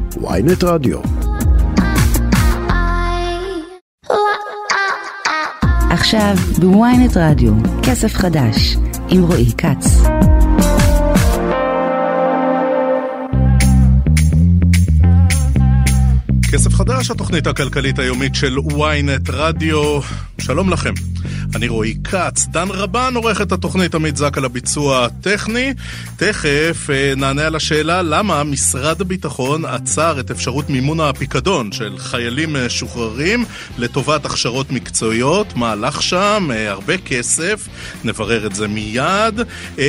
ynet רדיו. עכשיו בוויינט רדיו, כסף חדש עם רועי קץ. כסף חדש, התוכנית הכלכלית היומית של ynet רדיו. שלום לכם, אני רועי קץ. דן רבן עורך את התוכנית, עמית זק על הביצוע הטכני. תכף נענה על השאלה למה משרד הביטחון עצר את אפשרות מימון הפיקדון של חיילים משוחררים לטובת הכשרות מקצועיות. מה הלך שם? הרבה כסף, נברר את זה מיד.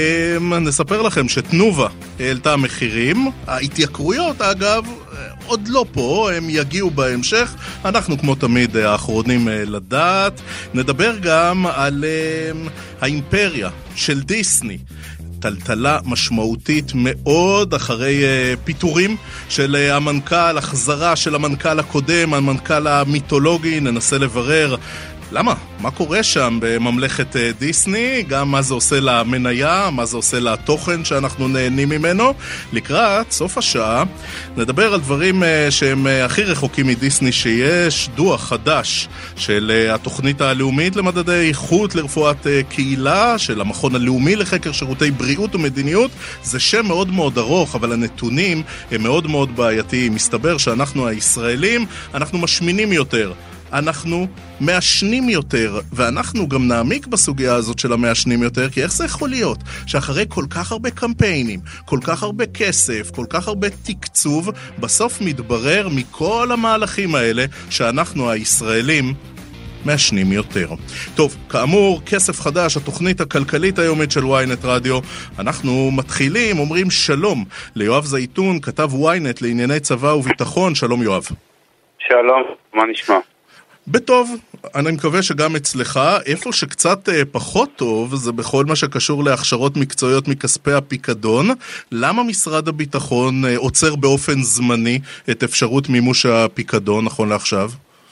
נספר לכם שתנובה העלתה מחירים. ההתייקרויות אגב עוד לא פה, הם יגיעו בהמשך. אנחנו כמו תמיד האחרונים לדעת. נדבר גם על האימפריה של דיסני. טלטלה משמעותית מאוד אחרי פיטורים של המנכ"ל, החזרה של המנכ"ל הקודם, המנכ"ל המיתולוגי. ננסה לברר למה? מה קורה שם בממלכת דיסני? גם מה זה עושה למניה, מה זה עושה לתוכן שאנחנו נהנים ממנו. לקראת סוף השעה נדבר על דברים שהם הכי רחוקים מדיסני שיש. דוח חדש של התוכנית הלאומית למדדי איכות לרפואת קהילה של המכון הלאומי לחקר שירותי בריאות ומדיניות. זה שם מאוד מאוד ארוך, אבל הנתונים הם מאוד מאוד בעייתיים. מסתבר שאנחנו הישראלים, אנחנו משמינים יותר, אנחנו מעשנים יותר, ואנחנו גם נעמיק בסוגיה הזאת של המעשנים יותר, כי איך זה יכול להיות שאחרי כל כך הרבה קמפיינים, כל כך הרבה כסף, כל כך הרבה תקצוב, בסוף מתברר מכל המהלכים האלה שאנחנו הישראלים מעשנים יותר. טוב, כאמור, כסף חדש, התוכנית הכלכלית היומית של ynet רדיו. אנחנו מתחילים, אומרים שלום ליואב זייתון, כתב ynet לענייני צבא וביטחון. שלום יואב. שלום, מה נשמע? בטוב, אני מקווה שגם אצלך. איפה שקצת פחות טוב זה בכל מה שקשור להכשרות מקצועיות מכספי הפיקדון. למה משרד הביטחון עוצר באופן זמני את אפשרות מימוש הפיקדון נכון לעכשיו?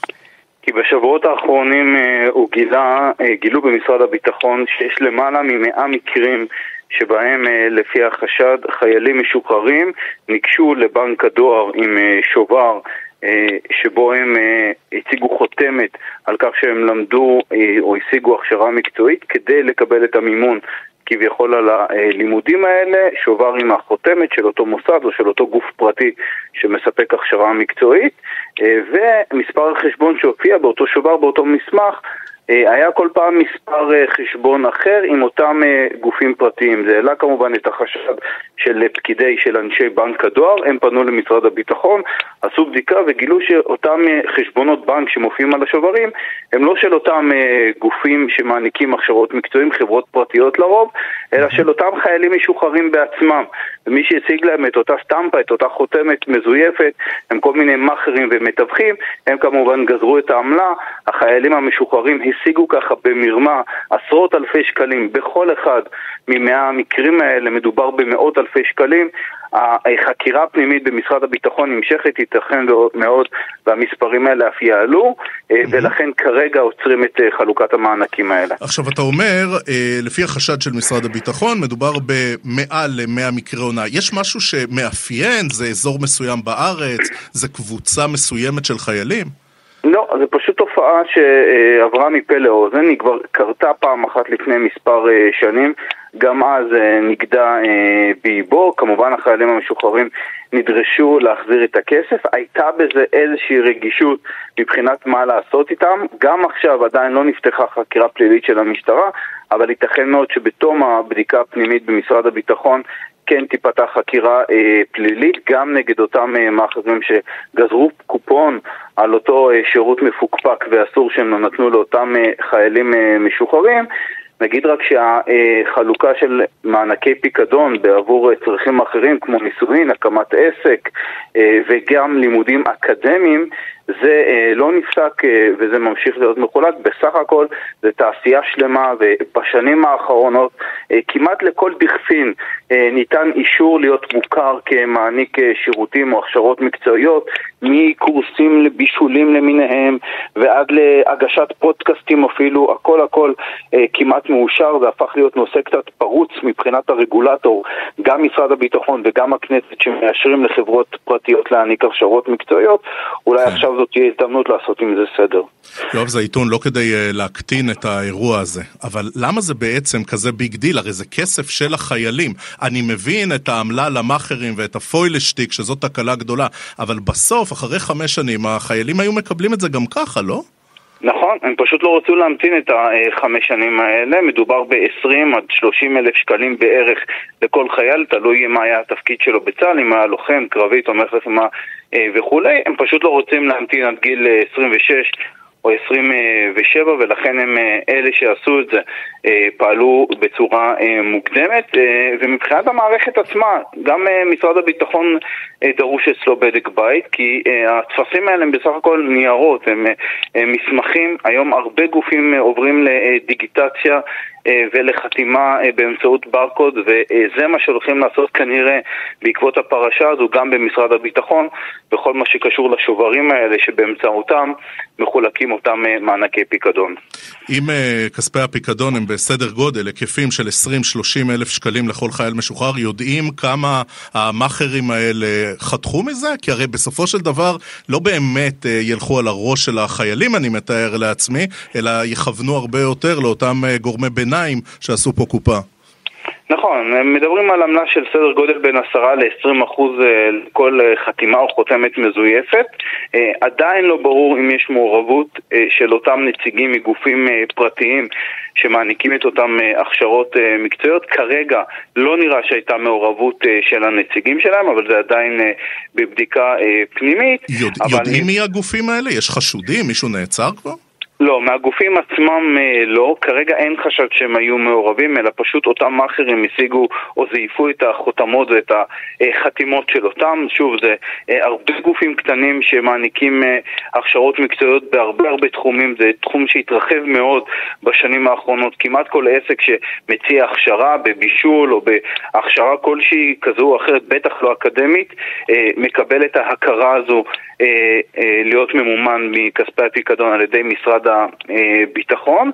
כי בשבועות האחרונים גילו במשרד הביטחון שיש למעלה מ100 מקרים שבהם לפי החשד חיילים משוחררים ניגשו לבנק הדואר עם שובר שבו הם הציגו חותמת על כך שהם למדו או השיגו הכשרה מקצועית כדי לקבל את המימון כביכול על הלימודים האלה, שובר עם החותמת של אותו מוסד או של אותו גוף פרטי שמספק הכשרה מקצועית, ומספר החשבון שהופיע באותו שובר, באותו מסמך, היה כל פעם מספר חשבון אחר עם אותם גופים פרטיים. זה העלה כמובן את החשד של פקידי של אנשי בנק הדואר. הם פנו למשרד הביטחון, עשו בדיקה וגילו שאותם חשבונות בנק שמופיעים על השוברים הם לא של אותם גופים שמעניקים הכשרות מקצועיים, חברות פרטיות לרוב, אלא של אותם חיילים משוחררים בעצמם. ומי שהציג להם את אותה סטמפה, את אותה חותמת מזויפת, הם כל מיני מאחרים ומתווכים. הם כמובן גזרו את העמלה. החיילים המשוחררים השיגו ככה במרמה עשרות אלפי שקלים בכל אחד מ100 המקרים האלה. מדובר במאות אלפי שקלים. החקירה הפנימית במשרד הביטחון נמשכת, ייתכן מאוד, והמספרים האלה אף יעלו, ולכן כרגע עוצרים את חלוקת המענקים האלה. עכשיו אתה אומר, לפי החשד של משרד הביטחון, מדובר במעל 100 מקרי הונאה. יש משהו שמאפיין? זה אזור מסוים בארץ? זה קבוצה מסוימת של חיילים? לא, זה פשוט תופעה שעברה מפה לאוזן. היא כבר קרתה פעם אחת לפני מספר שנים, גם אז נגדה ביבו. כמובן החיילים המשוחררים נדרשו להחזיר את הכסף. הייתה בזה איזושהי רגישות מבחינת מה לעשות איתם. גם עכשיו עדיין לא נפתחה חקירה פלילית של המשטרה, אבל ייתכן מאוד שבתום הבדיקה הפנימית במשרד הביטחון כן תיפתח חקירה פלילית גם נגד אותם מאחזים שגזרו קופון על אותו שירות מפוקפק ואסור שהם נתנו לאותם חיילים משוחררים. נגיד רק שהחלוקה של מענקי פיקדון בעבור צרכים אחרים כמו נישואין, הקמת עסק וגם לימודים אקדמיים, זה לא נפסק וזה ממשיך להיות מחולק. בסך הכל זה תעשייה שלמה, ובשנים האחרונות כמעט לכל דכפין ניתן אישור להיות מוכר כמעניק שירותים או הכשרות מקצועיות, מקורסים לבישולים למיניהם ועד להגשת פודקאסטים אפילו, הכל כמעט מאושר. זה הפך להיות נושא קצת פרוץ מבחינת הרגולטור, גם משרד הביטחון וגם הכנסת שמאשרים לחברות פרטיות להעניק הכשרות מקצועיות. אולי עכשיו זאת תהיה הזדמנות לעשות עם זה סדר. יואב זייתון, לא כדי להקטין את האירוע הזה, אבל למה זה בעצם כזה ביג דיל? הרי זה כסף של החיילים. אני מבין את העמלה למאחרים ואת הפוילשטיק, שזאת תקלה גדולה, אבל בסוף, אחרי 5 שנים, החיילים היו מקבלים את זה גם ככה, לא? נכון, הם פשוט לא רצו להמתין את 5 שנים האלה. מדובר ב-20 עד 30 אלף שקלים בערך לכל חייל, תלוי מה היה התפקיד שלו בצה"ל, אם היה לוחם, קרבי, תומך לחימה וכולי. הם פשוט לא רוצים להמתין עד גיל 26 או 27, ולכן הם אלה שעשו את זה, פעלו בצורה מוקדמת. ומבחינת המערכת עצמה, גם משרד הביטחון דרוש אצלו בדק בית, כי התפסים האלה הם בסך הכל ניירות, הם מסמכים. היום הרבה גופים עוברים לדיגיטציה ולחתימה באמצעות ברקוד, וזה מה שהולכים לעשות כנראה בעקבות הפרשה הזו גם במשרד הביטחון, בכל מה שקשור לשוברים האלה שבאמצעותם מחולקים אותם מענקי פיקדון. אם כספי הפיקדון הם בסדר גודל, היקפים של 20-30 אלף שקלים לכל חייל משוחרר, יודעים כמה המאחרים האלה חתכו מזה? כי הרי בסופו של דבר לא באמת ילכו על הראש של החיילים, אני מתאר לעצמי, אלא יכוונו הרבה יותר לאותם גורמי ביניים שעשו פה קופה. נכון, מדברים על עמלה של סדר גודל בין 10% ל-20% לכל חתימה או חותמת מזויפת. עדיין לא ברור אם יש מעורבות של אותם נציגים מגופים פרטיים שמעניקים את אותם הכשרות מקצועיות. כרגע לא נראה שהייתה מעורבות של הנציגים שלהם, אבל זה עדיין בבדיקה פנימית. יודעים מי הגופים האלה? יש חשודים? מישהו נעצר כבר? לא, מהגופים עצמם לא, כרגע אין חשד שהם היו מעורבים, אלא פשוט אותם מאחרים השיגו או זייפו את החותמות ואת החתימות של אותם. שוב, זה הרבה גופים קטנים שמעניקים הכשרות מקצועיות בהרבה תחומים. זה תחום שהתרחב מאוד בשנים האחרונות. כמעט כל עסק שמציע הכשרה בבישול או בהכשרה כלשהי כזו או אחרת, בטח לא אקדמית, מקבל את ההכרה הזו להיות ממומן מכספי הפיקדון על ידי משרד הביטחון,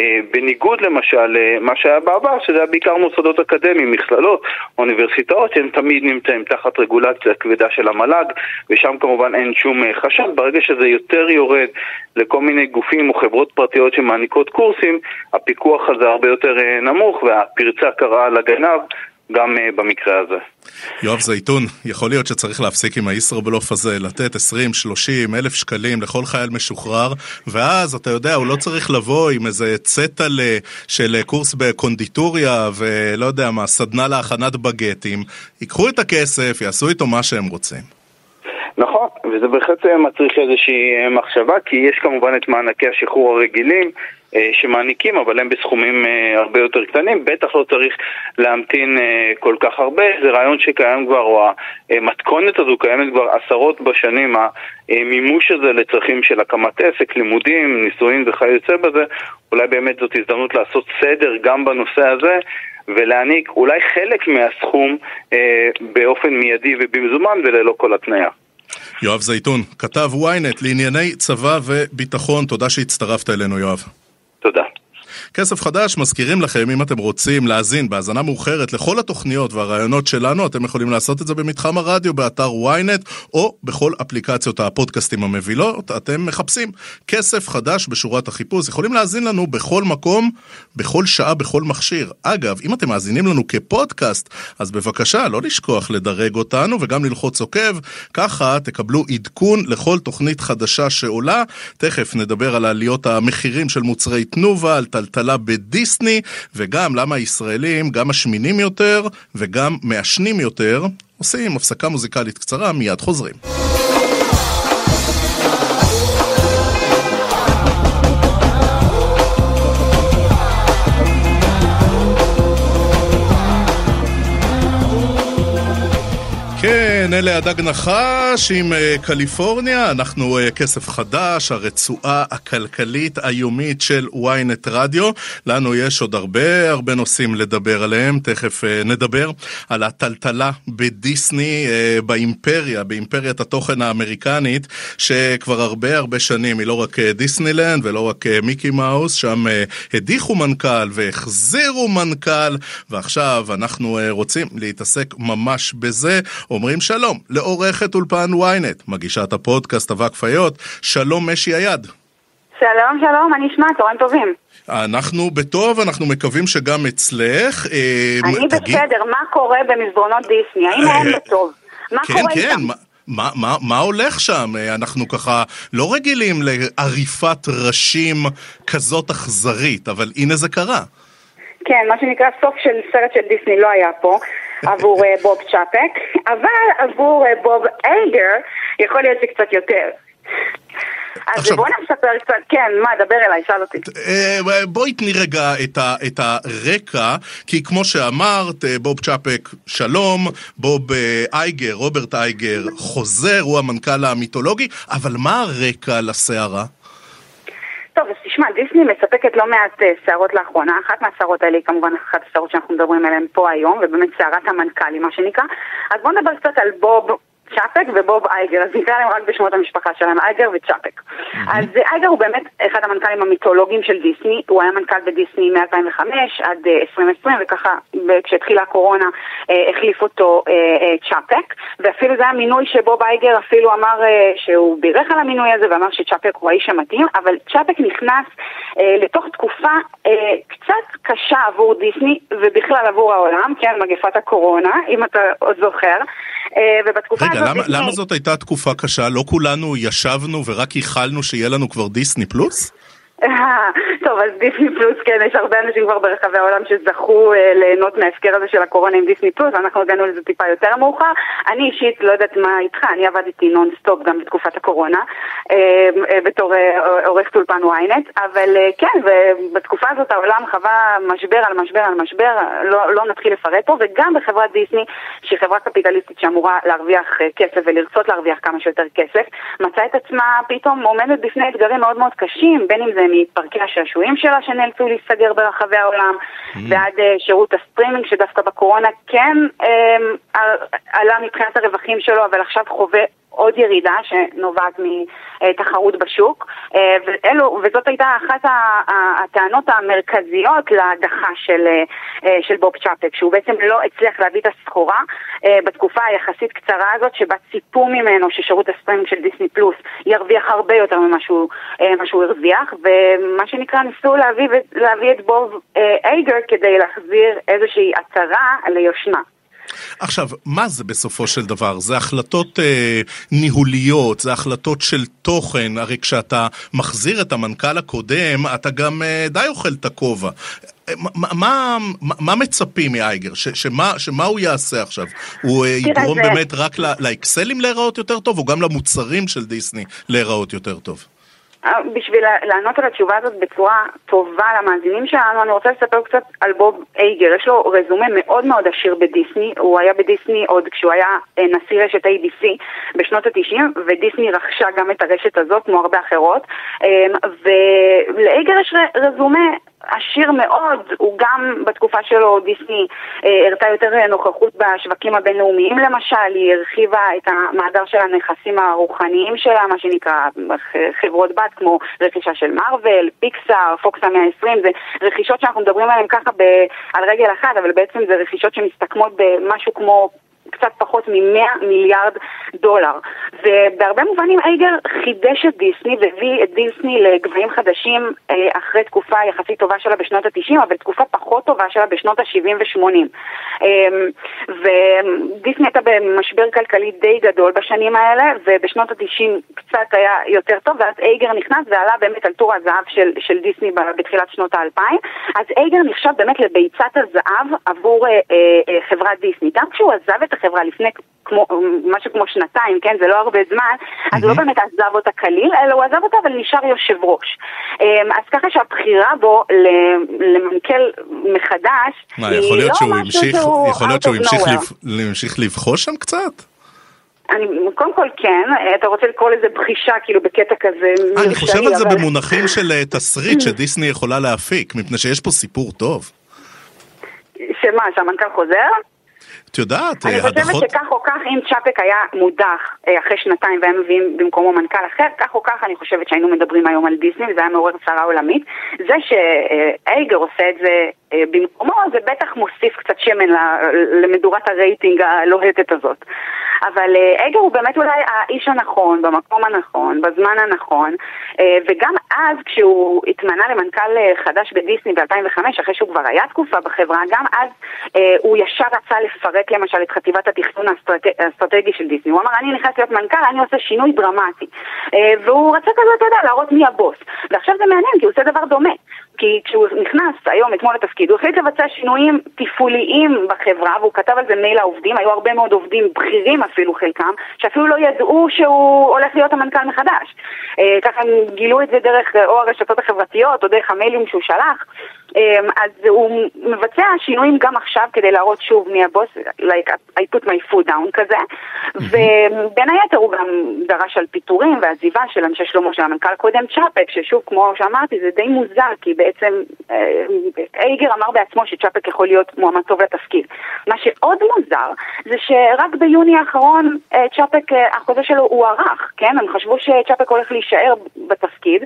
בניגוד למשל מה שהיה בעבר, שזה היה בעיקר מוסדות אקדמיים, מכללות, אוניברסיטאות, שהם תמיד נמצאים תחת רגולציה כבדה של המל"ג, ושם כמובן אין שום חשד. ברגע שזה יותר יורד לכל מיני גופים או חברות פרטיות שמעניקות קורסים, הפיקוח הזה הרבה יותר נמוך, והפרצה קרה לגנב גם במקרה הזה. יואב זייתון, יכול להיות שצריך להפסיק עם הישראבלוף הזה, לתת 20-30 אלף שקלים לכל חייל משוחרר, ואז אתה יודע, הוא לא צריך לבוא עם איזה צטל של קורס בקונדיטוריה ולא יודע מה, סדנה להכנת בגטים. ייקחו את הכסף, יעשו איתו מה שהם רוצים. נכון, וזה בהחלט מצריך איזושהי מחשבה, כי יש כמובן את מענקי השחרור הרגילים שמעניקים, אבל הם בסכומים הרבה יותר קטנים. בטח לא צריך להמתין כל כך הרבה. זה רעיון שקיים כבר, או המתכונת הזו קיימת כבר עשרות בשנים. המימוש הזה לצרכים של הקמת עסק, לימודים, ניסויים וכיוצא בזה, אולי באמת זאת הזדמנות לעשות סדר גם בנושא הזה, ולהעניק אולי חלק מהסכום באופן מיידי ובמזומן וללא כל התניה. יואב זייתון, כתב ynet לענייני צבא וביטחון, תודה שהצטרפת אלינו יואב. תודה. כסף חדש, מזכירים לכם, אם אתם רוצים להאזין בהאזנה מאוחרת לכל התוכניות והרעיונות שלנו, אתם יכולים לעשות את זה במתחם הרדיו, באתר ynet, או בכל אפליקציות הפודקאסטים המבילות. אתם מחפשים כסף חדש בשורת החיפוש, יכולים להאזין לנו בכל מקום, בכל שעה, בכל מכשיר. אגב, אם אתם מאזינים לנו כפודקאסט, אז בבקשה, לא לשכוח לדרג אותנו, וגם ללחוץ עוקב, ככה תקבלו עדכון לכל תוכנית חדשה שעולה. תכף נדבר על עליות המחירים של מוצרי תנובה, על טלטלה בדיסני, וגם למה הישראלים גם משמינים יותר וגם מעשנים יותר. עושים הפסקה מוזיקלית קצרה, מיד חוזרים. כן, כן, אלה הדג נחש עם קליפורניה, אנחנו כסף חדש, הרצועה הכלכלית היומית של ynet רדיו. לנו יש עוד הרבה נושאים לדבר עליהם, תכף נדבר על הטלטלה בדיסני, באימפריית התוכן האמריקנית, שכבר הרבה שנים היא לא רק דיסנילנד ולא רק מיקי מאוס, שם הדיחו מנכ"ל והחזירו מנכ"ל, ועכשיו אנחנו רוצים להתעסק ממש בזה. אומרים שלום לעורכת אולפן ynet, מגישת הפודקאסט אבק פיות, שלום משי היד. שלום, מה נשמע? צהריים טובים. אנחנו בטוב, אנחנו מקווים שגם אצלך. אני בסדר, מה קורה במסדרונות דיסני? האם הם בטוב? מה קורה איתם? מה הולך שם? אנחנו ככה לא רגילים לעריפת ראשים כזאת אכזרית, אבל הנה זה קרה. כן, מה שנקרא סוף של סרט של דיסני לא היה פה עבור בוב צ'אפק, אבל עבור בוב אייגר יכול להיות שקצת יותר. אז בואו נספר קצת, כן, מה, דבר אליי, שאל אותי. בואי תני רגע את הרקע, כי כמו שאמרת, בוב צ'אפק שלום, בוב אייגר, רוברט אייגר חוזר, הוא המנכ"ל המיתולוגי, אבל מה הרקע לסערה? טוב, אז תשמע, דיסני מספקת לא מעט סערות לאחרונה. אחת מהסערות האלה היא כמובן אחת הסערות שאנחנו מדברים עליהן פה היום, ובאמת סערת המנכ"לים, מה שנקרא. אז בואו נדבר קצת על בוב צ'אפק ובוב אייגר, אז נקרא להם רק בשמות המשפחה שלהם, אייגר וצ'אפק. אז אייגר הוא באמת אחד המנכ"לים המיתולוגיים של דיסני, הוא היה מנכ"ל בדיסני מ-2005 עד 2020, וככה כשהתחילה הקורונה החליף אותו צ'אפק, ואפילו זה היה מינוי שבוב אייגר אפילו אמר שהוא בירך על המינוי הזה, ואמר שצ'אפק הוא האיש המתאים, אבל צ'אפק נכנס לתוך תקופה קצת קשה עבור דיסני, ובכלל עבור העולם, כן, מגפת הקורונה, אם אתה עוד זוכר, ובתקופה רגע, למה זאת הייתה תקופה קשה? לא כולנו ישבנו ורק ייחלנו שיהיה לנו כבר דיסני פלוס? טוב, אז דיסני פלוס, כן, יש הרבה אנשים כבר ברחבי העולם שזכו ליהנות מההפקר הזה של הקורונה עם דיסני פלוס, אנחנו הגענו לזה טיפה יותר מאוחר. אני אישית לא יודעת מה איתך, אני עבדתי נון-סטופ גם בתקופת הקורונה, בתור עורכת אולפן ynet, אבל כן, ובתקופה הזאת העולם חווה משבר על משבר על משבר, לא נתחיל לפרט פה, וגם בחברת דיסני, שהיא חברה קפיטליסטית שאמורה להרוויח כסף ולרצות להרוויח כמה שיותר כסף, מצאה את עצמה פתאום עומדת בפני אתגרים מאוד מאוד קשים, בין אם זה מפרקי השעשועים שלה שנאלצו להיסגר ברחבי העולם, ועד שירות הסטרימינג שדווקא בקורונה כן עלה מבחינת הרווחים שלו, אבל עכשיו חווה עוד ירידה שנובעת מתחרות בשוק, וזאת הייתה אחת הטענות המרכזיות להדחה של בוב צ'אפק, שהוא בעצם לא הצליח להביא את הסחורה בתקופה היחסית קצרה הזאת, שבה ציפו ממנו ששירות הסטרימינג של דיסני פלוס ירוויח הרבה יותר ממה שהוא הרוויח, ומה שנקרא ניסו להביא את בוב אייגר כדי להחזיר איזושהי הצהרה ליושנה. עכשיו, מה זה בסופו של דבר? זה החלטות ניהוליות, זה החלטות של תוכן, הרי כשאתה מחזיר את המנכ"ל הקודם, אתה גם די אוכל את הכובע. מה מצפים מאייגר? שמה הוא יעשה עכשיו? הוא יגרום באמת רק לאקסלים להיראות יותר טוב, או גם למוצרים של דיסני להיראות יותר טוב? בשביל לענות על התשובה הזאת בצורה טובה למאזינים שלנו, אני רוצה לספר קצת על בוב אייגר. יש לו רזומה מאוד מאוד עשיר בדיסני, הוא היה בדיסני עוד כשהוא היה נשיא רשת ABC בשנות ה-90, ודיסני רכשה גם את הרשת הזאת כמו הרבה אחרות, ולאייגר יש רזומה עשיר מאוד. הוא גם בתקופה שלו דיסני הרתה יותר נוכחות בשווקים הבינלאומיים, למשל היא הרחיבה את המאגר של הנכסים הרוחניים שלה, מה שנקרא חברות בת כמו רכישה של מארוול, פיקסאר, פוקס ה-120, זה רכישות שאנחנו מדברים עליהן ככה על רגל אחת, אבל בעצם זה רכישות שמסתכמות במשהו כמו קצת פחות מ$100 מיליארד. ובהרבה מובנים אייגר חידש את דיסני והביא את דיסני לגבהים חדשים אחרי תקופה יחסית טובה שלה בשנות ה-90, אבל תקופה פחות טובה שלה בשנות ה-70 ו-80. ודיסני הייתה במשבר כלכלי די גדול בשנים האלה, ובשנות ה-90 קצת היה יותר טוב, ואז אייגר נכנס ועלה באמת על טור הזהב של דיסני בתחילת שנות ה-2000. אז אייגר נחשב באמת לביצת הזהב עבור חברת דיסני. גם כשהוא עזב את החברה לפני משהו כמו שנתיים, כן, זה לא הרבה זמן, אז הוא לא באמת עזב אותה כליל, אלא הוא עזב אותה, אבל נשאר יושב ראש. אז ככה שהבחירה בו למנכ"ל מחדש, יכול להיות שהוא המשיך לבחוש שם קצת? קודם כל כן, אתה רוצה לקרוא לזה בחישה, כאילו בקטע כזה. אני חושב על זה במונחים של תסריט שדיסני יכולה להפיק, מפני שיש פה סיפור טוב. שמה, שהמנכ"ל חוזר? את יודעת, אני חושבת שכך או כך, אם צ'אפק היה מודח אחרי שנתיים והם מביאים במקומו מנכ"ל אחר, כך או כך אני חושבת שהיינו מדברים היום על דיסני, וזה היה מעורר סערה עולמית. זה שאייגר עושה את זה במקומו, זה בטח מוסיף קצת שמן למדורת הרייטינג הלוהטת הזאת. אבל אייגר הוא באמת אולי האיש הנכון, במקום הנכון, בזמן הנכון, וגם אז כשהוא התמנה למנכ"ל חדש בדיסני ב-2005, אחרי שהוא כבר היה תקופה בחברה, גם אז הוא ישר רצה לפרק למשל את חטיבת התכנון האסטרטגי של דיסני. הוא אמר, אני נכנס להיות מנכ"ל, אני עושה שינוי דרמטי. והוא רצה כזה, אתה יודע, להראות מי הבוס. ועכשיו זה מעניין, כי הוא עושה דבר דומה. כי כשהוא נכנס היום אתמול לתפקיד, הוא החליט לבצע שינויים תפעוליים בחברה, והוא כתב על זה מייל לעובדים, היו הרבה מאוד עובדים בכירים אפילו חלקם, שאפילו לא ידעו שהוא הולך להיות המנכ"ל מחדש. ככה גילו את זה דרך או הרשתות החברתיות, או דרך המיילים שהוא שלח. אז הוא מבצע שינויים גם עכשיו כדי להראות שוב מי הבוס, like I put my foot down כזה, ובין היתר הוא גם דרש על פיטורים ועזיבה של אנשי שלמה של המנכ"ל קודם צ'אפק, ששוב כמו שאמרתי זה די מוזר, כי בעצם אייגר אמר בעצמו שצ'אפק יכול להיות מועמד טוב לתפקיד. מה שעוד מוזר זה שרק ביוני האחרון צ'אפק, החוזה שלו הוא ערך, כן? הם חשבו שצ'אפק הולך להישאר בתפקיד,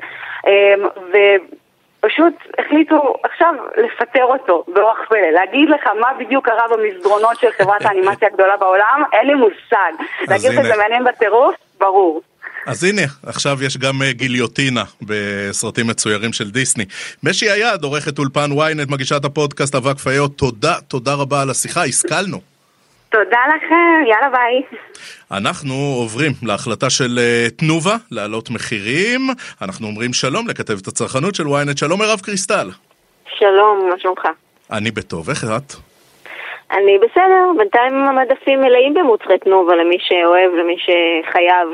פשוט החליטו עכשיו לפטר אותו באורח פלא, להגיד לך מה בדיוק קרה במסדרונות של חברת האנימציה הגדולה בעולם, אין לי מושג. להגיד לך זה מעניין בטירוף, ברור. אז הנה, עכשיו יש גם גיליוטינה בסרטים מצוירים של דיסני. משי היד, עורכת אולפן ynet, מגישת הפודקאסט אבק פיות, תודה רבה על השיחה, השכלנו. תודה לכם, יאללה ביי. אנחנו עוברים להחלטה של תנובה, להעלות מחירים. אנחנו אומרים שלום לכתבת הצרכנות של ynet. שלום מירב קריסטל. שלום, מה שלומך? אני בטוב, איך את? אני בסדר, בינתיים המדפים מלאים במוצרי תנובה למי שאוהב, למי שחייב.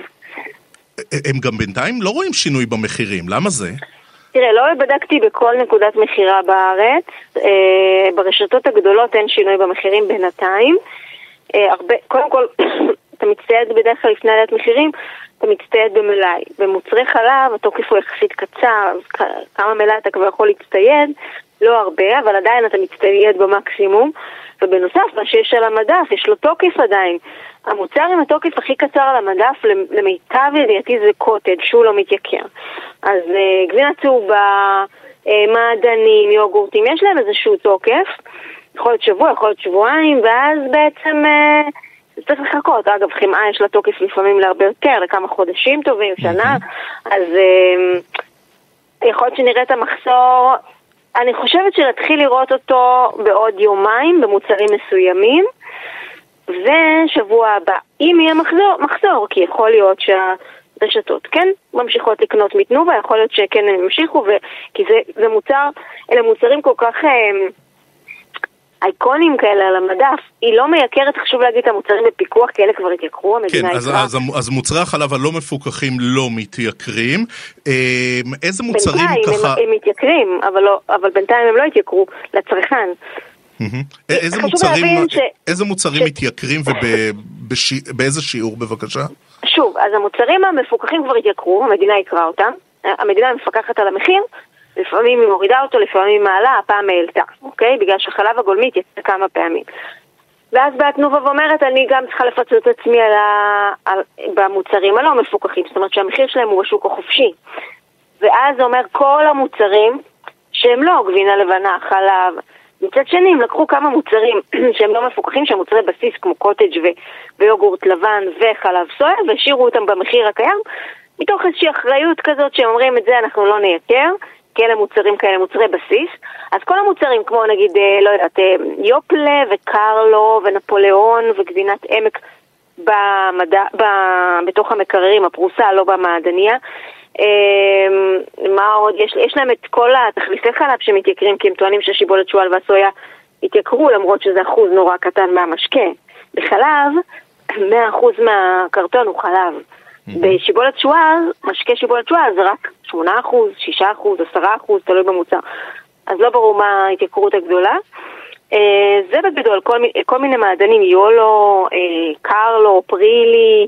הם גם בינתיים לא רואים שינוי במחירים, למה זה? תראה, לא בדקתי בכל נקודת מחירה בארץ, ברשתות הגדולות אין שינוי במחירים בינתיים. קודם כל, אתה מצטייד בדרך כלל לפני עליית מחירים, אתה מצטייד במלאי. במוצרי חלב, התוקף הוא יחסית קצר, כמה מלאי אתה כבר יכול להצטייד, לא הרבה, אבל עדיין אתה מצטייד במקסימום. ובנוסף, מה שיש על המדף, יש לו תוקף עדיין. המוצר עם התוקף הכי קצר על המדף, למיטב ידיעתי זה קוטג' שהוא לא מתייקר. אז גבינה צהובה, מעדנים, יוגורטים, יש להם איזשהו תוקף, יכול להיות שבוע, יכול להיות שבועיים, ואז בעצם צריך לחכות. אגב, חמאה יש לה תוקף לפעמים להרבה יותר, לכמה חודשים טובים, שנה, אז יכול להיות שנראה את המחסור. אני חושבת שנתחיל לראות אותו בעוד יומיים במוצרים מסוימים, ושבוע הבא, אם יהיה מחזור, כי יכול להיות שהרשתות כן ממשיכות לקנות מתנובה, יכול להיות שכן הם ימשיכו, כי זה מוצר, אלה מוצרים כל כך אייקונים כאלה על המדף, היא לא מייקרת, חשוב להגיד את המוצרים בפיקוח, כי אלה כבר התייקרו, המדינה כן, אז מוצרי החלב הלא מפוקחים לא מתייקרים. איזה מוצרים ככה... בינתיים הם מתייקרים, אבל בינתיים הם לא התייקרו לצרכן. איזה מוצרים מתייקרים ובאיזה שיעור בבקשה? שוב, אז המוצרים המפוקחים כבר התייקרו, המדינה יקרה אותם, המדינה מפקחת על המחיר, לפעמים היא מורידה אותו, לפעמים היא מעלה, הפעם העלתה, אוקיי? בגלל שחלב הגולמית יצא כמה פעמים. ואז באה תנובה ואומרת, אני גם צריכה לפצות את עצמי במוצרים הלא מפוקחים, זאת אומרת שהמחיר שלהם הוא בשוק החופשי. ואז זה אומר כל המוצרים שהם לא גבינה לבנה, חלב, מצד שני הם לקחו כמה מוצרים שהם לא מפוקחים, שהם מוצרי בסיס כמו קוטג' ויוגורט לבן וחלב סויה, והשאירו אותם במחיר הקיים, מתוך איזושהי אחריות כזאת שהם אומרים את זה אנחנו לא נייקר, כאלה מוצרים כאלה מוצרי בסיס. אז כל המוצרים כמו נגיד, לא יודעת, יופלה וקרלו ונפוליאון וגבינת עמק בתוך המקררים, הפרוסה, לא במעדניה. מה עוד? יש להם את כל התחליפי חלב שמתייקרים, כי הם טוענים שהשיבולת שועל והסויה התייקרו, למרות שזה אחוז נורא קטן מהמשקה. בחלב, 100% מהקרטון הוא חלב. בשיבולת שועל, משקה שיבולת שועל זה רק 8%, 6%, 10%, תלוי במוצר. אז לא ברור מה ההתייקרות הגדולה. זה בגדול, כל מיני מעדנים, יולו, קרלו, פרילי,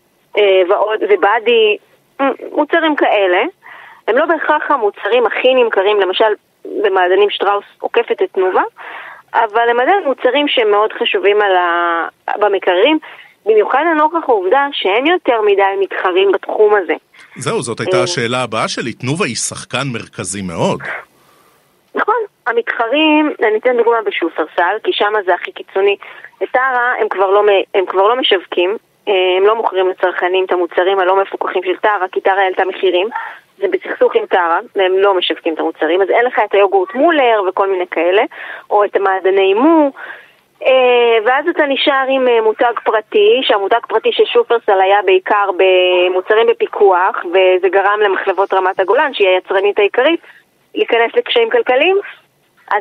ובאדי, מוצרים כאלה. הם לא בהכרח המוצרים הכי נמכרים, למשל במעדנים שטראוס עוקפת את תנובה, אבל הם עדיין מוצרים שהם מאוד חשובים במקררים, במיוחד לנוכח העובדה שאין יותר מדי מתחרים בתחום הזה. זהו, זאת הייתה השאלה הבאה שלי. תנובה היא שחקן מרכזי מאוד. נכון, המתחרים, אני אתן דוגמה בשופרסל, כי שם זה הכי קיצוני. את טרה הם כבר לא משווקים, הם לא מוכרים לצרכנים את המוצרים הלא מפוקחים של טרה, כי טרה העלתה מחירים, זה בסכסוך עם טרה, והם לא משווקים את המוצרים, אז אין לך את היוגורט מולר וכל מיני כאלה, או את המעדני מו, ואז אתה נשאר עם מותג פרטי, שהמותג פרטי של שופרסל היה בעיקר במוצרים בפיקוח, וזה גרם למחלבות רמת הגולן, שהיא היצרנית העיקרית, להיכנס לקשיים כלכליים, אז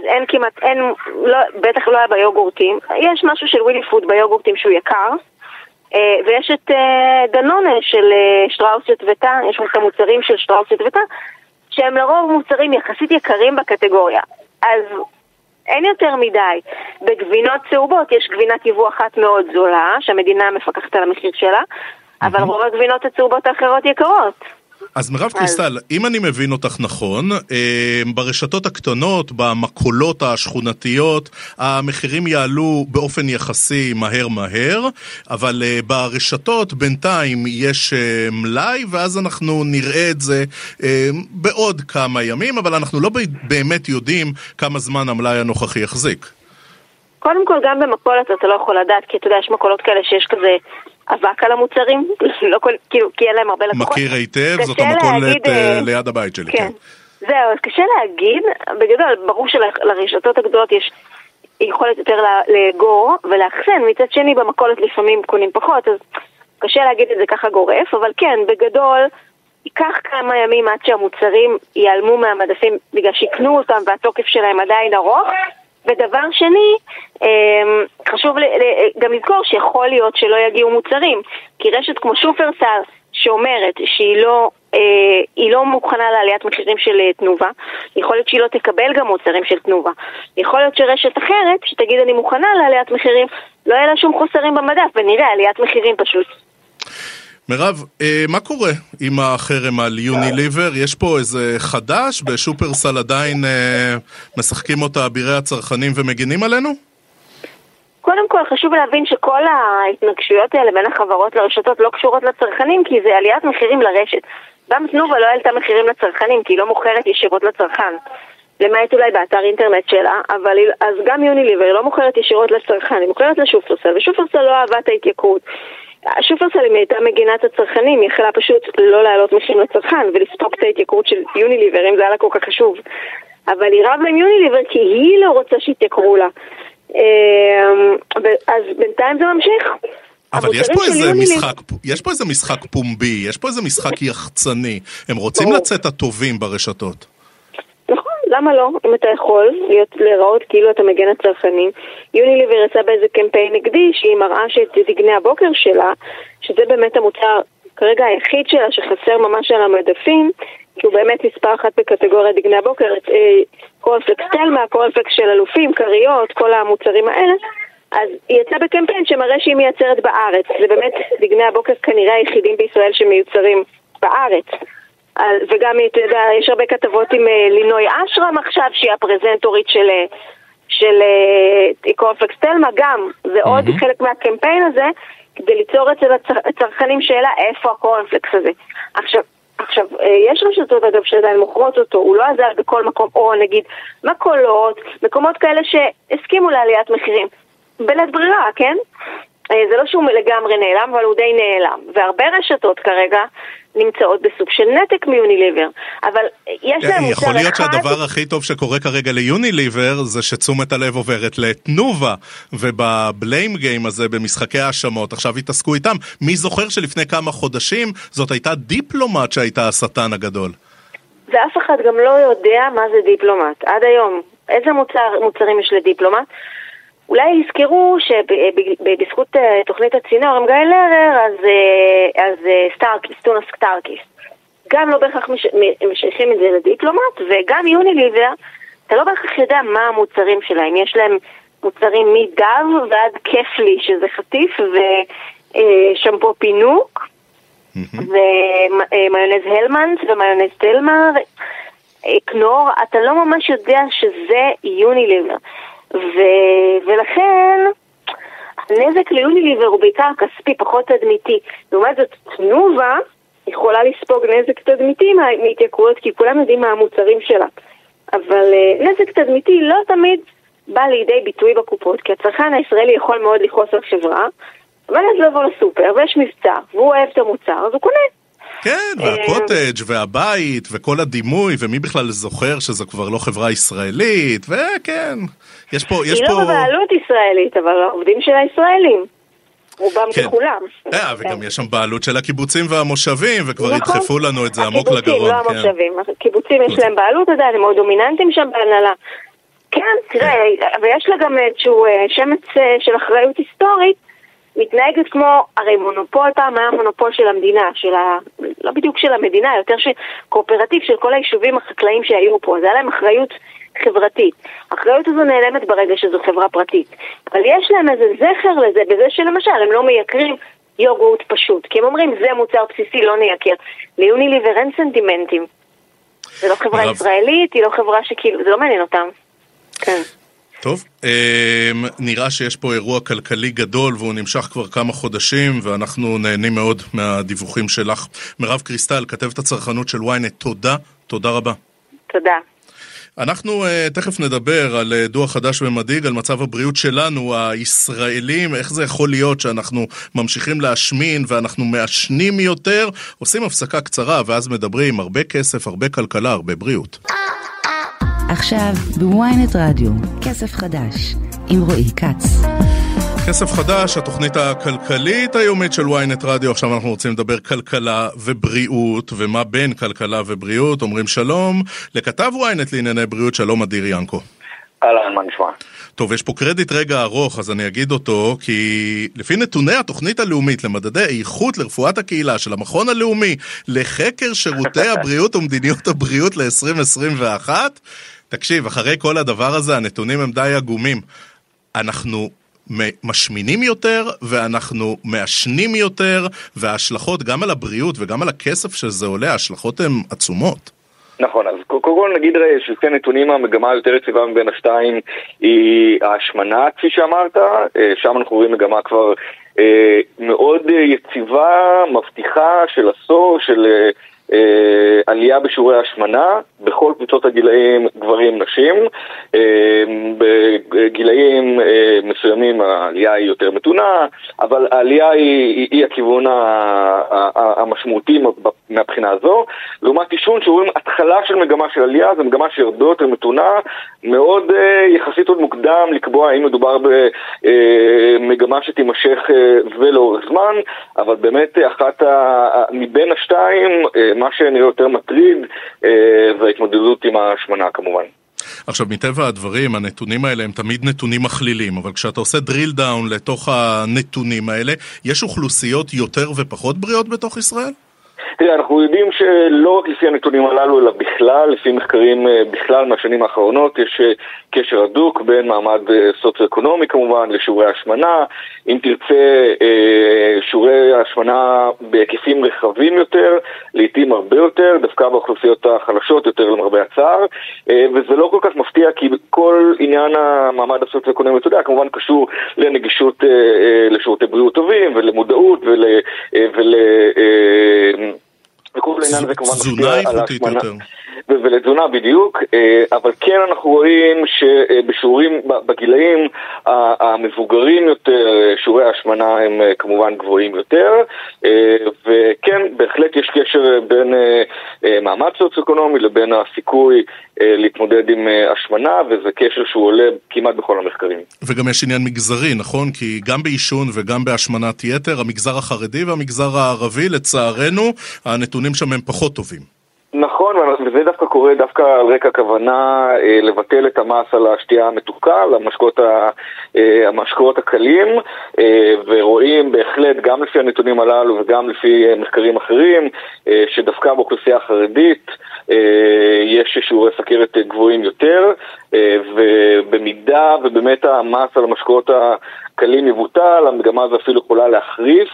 בטח לא היה ביוגורטים. יש משהו של ווילי פוד ביוגורטים שהוא יקר, ויש את דנונה של שטראוס וטוויטה, יש את המוצרים של שטראוס וטוויטה, שהם לרוב מוצרים יחסית יקרים בקטגוריה. אז אין יותר מדי. בגבינות צהובות יש גבינת יבוא אחת מאוד זולה, שהמדינה מפקחת על המחיר שלה, אבל רוב הגבינות הצהובות האחרות יקרות. אז מירב קריסטל, אם אני מבין אותך נכון, ברשתות הקטנות, במקולות השכונתיות, המחירים יעלו באופן יחסי מהר, אבל ברשתות בינתיים יש מלאי, ואז אנחנו נראה את זה בעוד כמה ימים, אבל אנחנו לא באמת יודעים כמה זמן המלאי הנוכחי יחזיק. קודם כל, גם במקולת אתה לא יכול לדעת, כי אתה יודע, יש מקולות כאלה שיש כזה אבק על המוצרים, כי אין להם הרבה לקוחות. מכיר היטב, זאת המקולת ליד הבית שלי. כן. זהו, אז קשה להגיד, בגדול, ברור שלרשתות הגדולות יש יכולת יותר לגור ולאחסן, מצד שני במקולת לפעמים קונים פחות, אז קשה להגיד את זה ככה גורף, אבל כן, בגדול, ייקח כמה ימים עד שהמוצרים ייעלמו מהמדפים, בגלל שיקנו אותם והתוקף שלהם עדיין ארוך, ודבר שני, חשוב גם לזכור שיכול להיות שלא יגיעו מוצרים, כי רשת כמו שופרסל שאומרת שהיא לא מוכנה לעליית מחירים של תנובה, יכול להיות שהיא לא תקבל גם מוצרים של תנובה, יכול להיות שרשת אחרת שתגיד אני מוכנה לעליית מחירים, לא יהיה לה שום חוסרים במדף, ונראה עליית מחירים פשוט. מירב, מה קורה עם החרם על יוניליבר? יש פה איזה חדש? בשופרסל עדיין משחקים אותה אבירי הצרכנים ומגינים עלינו? קודם כל חשוב להבין שכל ההתנגשויות האלה בין החברות לרשתות לא קשורות לצרכנים, כי זה עליית מחירים לרשת. גם תנובה לא העלתה מחירים לצרכנים, כי היא לא מוכרת ישירות לצרכן. למעט אולי באתר אינטרנט שלה, אבל אז גם יוניליבר לא מוכרת ישירות לצרכן, היא מוכרת לשופרסל, ושופרסל לא אהבה את ההתייקרות. השופרסל, אם הייתה מגינת הצרכנים, היא יכלה פשוט לא להעלות מחירים לצרכן ולספוק את ההתייקרות של יוניליבר, אם זה היה לה כל כך חשוב. אבל היא רבה עם יוניליבר כי היא לא רוצה שיתייקרו לה. אז בינתיים זה ממשיך. אבל יש פה איזה משחק פומבי, יש פה איזה משחק יחצני. הם רוצים לצאת הטובים ברשתות. נכון, למה לא? אם אתה יכול להיראות כאילו אתה מגן הצרכנים. יוניליבר יצא באיזה קמפיין נגדי שהיא מראה שאת דגני הבוקר שלה, שזה באמת המוצר כרגע היחיד שלה שחסר ממש על המדפים, כי הוא באמת מספר אחת בקטגוריה דגני הבוקר, קורנפלקס תלמה, קורנפלקס של אלופים, קריות, כל המוצרים האלה. אז היא יצאה בקמפיין שמראה שהיא מייצרת בארץ. זה באמת דגני הבוקר כנראה היחידים בישראל שמיוצרים בארץ. וגם, אתה יודע, יש הרבה כתבות עם לינוי אשרם עכשיו, שהיא הפרזנטורית של קורנפלקס תלמה, גם, זה עוד חלק מהקמפיין הזה, כדי ליצור אצל הצרכנים שאלה איפה הקורנפלקס הזה. עכשיו, יש רשתות אגב שעדיין מוכרות אותו, הוא לא עזר בכל מקום, או נגיד מקולות, מקומות כאלה שהסכימו לעליית מחירים. בלית ברירה, כן? זה לא שהוא לגמרי נעלם, אבל הוא די נעלם. והרבה רשתות כרגע נמצאות בסוג של נתק מיוניליבר. אבל יש להם מוצר אחד... יכול להיות שהדבר הכי טוב שקורה כרגע ליוניליבר זה שתשומת הלב עוברת לתנובה, ובבליים גיים הזה, במשחקי האשמות, עכשיו התעסקו איתם. מי זוכר שלפני כמה חודשים זאת הייתה דיפלומט שהייתה השטן הגדול? ואף אחד גם לא יודע מה זה דיפלומט. עד היום, איזה מוצרים יש לדיפלומט? אולי יזכרו שבזכות תוכנית הצינור עם גיא לרר, אז סטארקיסט, טונס סטארקיסט. גם לא בהכרח משייכים את זה לדיפלומט, וגם יוניליבר, אתה לא בהכרח יודע מה המוצרים שלהם. יש להם מוצרים מדב ועד כפלי, שזה חטיף, ושמפו פינוק, ומיונז הלמנס ומיונז תלמה, קנור, אתה לא ממש יודע שזה יוניליבר. ולכן הנזק ליוניליבר הוא בעיקר כספי, פחות תדמיתי. לעומת זאת, תנובה יכולה לספוג נזק תדמיתי מהתייקרויות, כי כולם יודעים מה המוצרים שלה. אבל נזק תדמיתי לא תמיד בא לידי ביטוי בקופות, כי הצרכן הישראלי יכול מאוד לכעוס על חברה, אבל אז לבוא לסופר ויש מבצע, והוא אוהב את המוצר, אז הוא קונה. כן, והקוטג' והבית וכל הדימוי, ומי בכלל זוכר שזו כבר לא חברה ישראלית, וכן, יש פה... היא לא בבעלות ישראלית, אבל העובדים של הישראלים, רובם ככולם. וגם יש שם בעלות של הקיבוצים והמושבים, וכבר ידחפו לנו את זה עמוק לגרון. הקיבוצים, לא המושבים. הקיבוצים יש להם בעלות, עדיין, הם מאוד דומיננטים שם בהנהלה. כן, תראה, ויש לה גם איזשהו שמץ של אחריות היסטורית, מתנהגת כמו, הרי מונופול פעם היה מונופול של המדינה, לא בדיוק של המדינה, יותר קואופרטיב של כל היישובים החקלאים שהיו פה, זה היה להם אחריות חברתית. האחריות הזו נעלמת ברגע שזו חברה פרטית. אבל יש להם איזה זכר לזה, בזה שלמשל הם לא מייקרים יוגורט פשוט, כי הם אומרים זה מוצר בסיסי, לא נייקר. ליוניליבר אין סנטימנטים. זה לא חברה ישראלית, היא לא חברה שכאילו, זה לא מעניין אותם. כן. טוב, נראה שיש פה אירוע כלכלי גדול והוא נמשך כבר כמה חודשים ואנחנו נהנים מאוד מהדיווחים שלך. מירב קריסטל, כתבת הצרכנות של ynet, תודה רבה. תודה. אנחנו תכף נדבר על דוח חדש ומדאיג, על מצב הבריאות שלנו, הישראלים, איך זה יכול להיות שאנחנו ממשיכים להשמין ואנחנו מעשנים יותר, עושים הפסקה קצרה ואז מדברים הרבה כסף, הרבה כלכלה, הרבה בריאות. עכשיו בוויינט רדיו, כסף חדש, עם רועי קץ. כסף חדש, התוכנית הכלכלית היומית של ynet רדיו. עכשיו אנחנו רוצים לדבר כלכלה ובריאות, ומה בין כלכלה ובריאות. אומרים שלום לכתב ynet לענייני בריאות, שלום אדיר ינקו. אהלן, מה נשמע? טוב, יש פה קרדיט רגע ארוך, אז אני אגיד אותו, כי לפי נתוני התוכנית הלאומית למדדי איכות לרפואת הקהילה של המכון הלאומי לחקר שירותי הבריאות ומדיניות הבריאות ל-2021, תקשיב, אחרי כל הדבר הזה, הנתונים הם די עגומים. אנחנו משמינים יותר, ואנחנו מעשנים יותר, וההשלכות גם על הבריאות וגם על הכסף שזה עולה, ההשלכות הן עצומות. נכון, אז קודם כל נגיד שלפי הנתונים המגמה היותר יציבה מבין השתיים היא ההשמנה, כפי שאמרת, שם אנחנו רואים מגמה כבר מאוד יציבה, מבטיחה של עשור, של עלייה בשיעורי ההשמנה בכל קבוצות הגילאים, גברים, נשים. בגילאים מסוימים העלייה היא יותר מתונה, אבל העלייה היא הכיוון המשמעותי מהבחינה הזו. לעומת עישון שרואים התחלה של מגמה של עלייה, זה מגמה שירדו יותר מתונה, מאוד יחסית עוד מוקדם לקבוע האם מדובר במגמה שתימשך ולאורך זמן, אבל באמת אחת מבין השתיים, מה שנראה יותר מטריד, וההתמודדות עם ההשמנה כמובן. עכשיו, מטבע הדברים, הנתונים האלה הם תמיד נתונים מכלילים, אבל כשאתה עושה drill down לתוך הנתונים האלה, יש אוכלוסיות יותר ופחות בריאות בתוך ישראל? תראה, אנחנו יודעים שלא רק לפי הנתונים הללו, אלא בכלל, לפי מחקרים בכלל מהשנים האחרונות, יש קשר הדוק בין מעמד סוציו-אקונומי כמובן לשיעורי השמנה. אם תרצה, שיעורי השמנה בהיקפים רחבים יותר, לעתים הרבה יותר, דווקא באוכלוסיות החלשות יותר למרבה הצער, וזה לא כל כך מפתיע, כי כל עניין המעמד הסוציו-אקונומי, אתה יודע, כמובן קשור לנגישות לשירותי בריאות טובים ולמודעות וכל העניין זה כמובן תזונה איכותית יותר. ולתזונה בדיוק, אבל כן אנחנו רואים שבשיעורים, בגילאים המבוגרים יותר, שיעורי ההשמנה הם כמובן גבוהים יותר, וכן, בהחלט יש קשר בין מעמד סוציו-אקונומי לבין הסיכוי להתמודד עם השמנה, וזה קשר שהוא עולה כמעט בכל המחקרים. וגם יש עניין מגזרי, נכון? כי גם בעישון וגם בהשמנת יתר, המגזר החרדי והמגזר הערבי, לצערנו, הנתונים שם הם פחות טובים. נכון, וזה דווקא קורה דווקא על רקע כוונה לבטל את המס על השתייה המתוקה, על המשקאות הקלים, ורואים בהחלט גם לפי הנתונים הללו וגם לפי מחקרים אחרים, שדווקא באוכלוסייה החרדית יש שיעורי סכרת גבוהים יותר, ובמידה ובאמת המס על המשקאות הקלים יבוטל, המגמה הזו אפילו יכולה להחריף,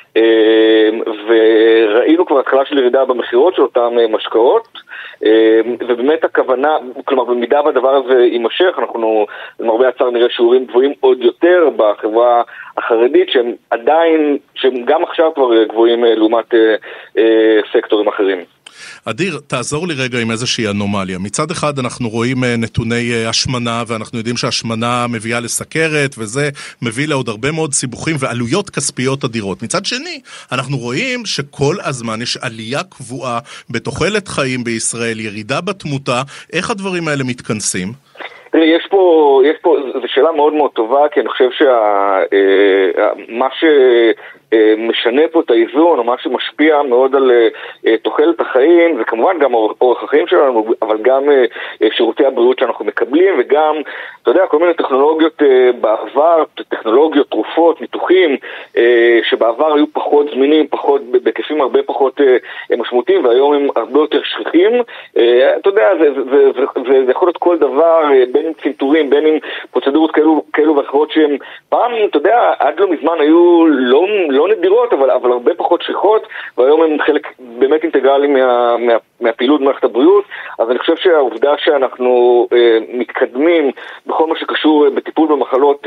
וראינו כבר התחלה של ירידה במחירות של אותם משקאות, ובאמת הכוונה, כלומר במידה והדבר הזה יימשך, אנחנו למרבה הצער נראה שיעורים גבוהים עוד יותר בחברה החרדית, שהם גם עכשיו כבר גבוהים לעומת סקטורים אחרים. אדיר, תעזור לי רגע עם איזושהי אנומליה. מצד אחד אנחנו רואים נתוני השמנה, ואנחנו יודעים שהשמנה מביאה לסכרת, וזה מביא לעוד הרבה מאוד סיבוכים ועלויות כספיות אדירות. מצד שני, אנחנו רואים שכל הזמן יש עלייה קבועה בתוחלת חיים בישראל, ירידה בתמותה. איך הדברים האלה מתכנסים? יש פה, זו שאלה מאוד מאוד טובה, כי אני חושב שמה משנה פה את האיזון, או מה שמשפיע מאוד על תוחלת החיים, זה כמובן גם אורח החיים שלנו, אבל גם שירותי הבריאות שאנחנו מקבלים, וגם, אתה יודע, כל מיני טכנולוגיות בעבר, טכנולוגיות, תרופות, ניתוחים, שבעבר היו פחות זמינים, בהיקפים הרבה פחות משמעותיים, והיום הם הרבה יותר שכיחים. אתה יודע, זה יכול להיות כל דבר, בין עם צנתורים, בין עם פרוצדורות כאלו ואחרות שהם פעם, אתה יודע, עד לא מזמן היו לא נדירות, אבל הרבה פחות שכיחות, והיום הם חלק באמת אינטגרלי מהפעילות במערכת הבריאות. אז אני חושב שהעובדה שאנחנו מתקדמים בכל מה שקשור בטיפול במחלות,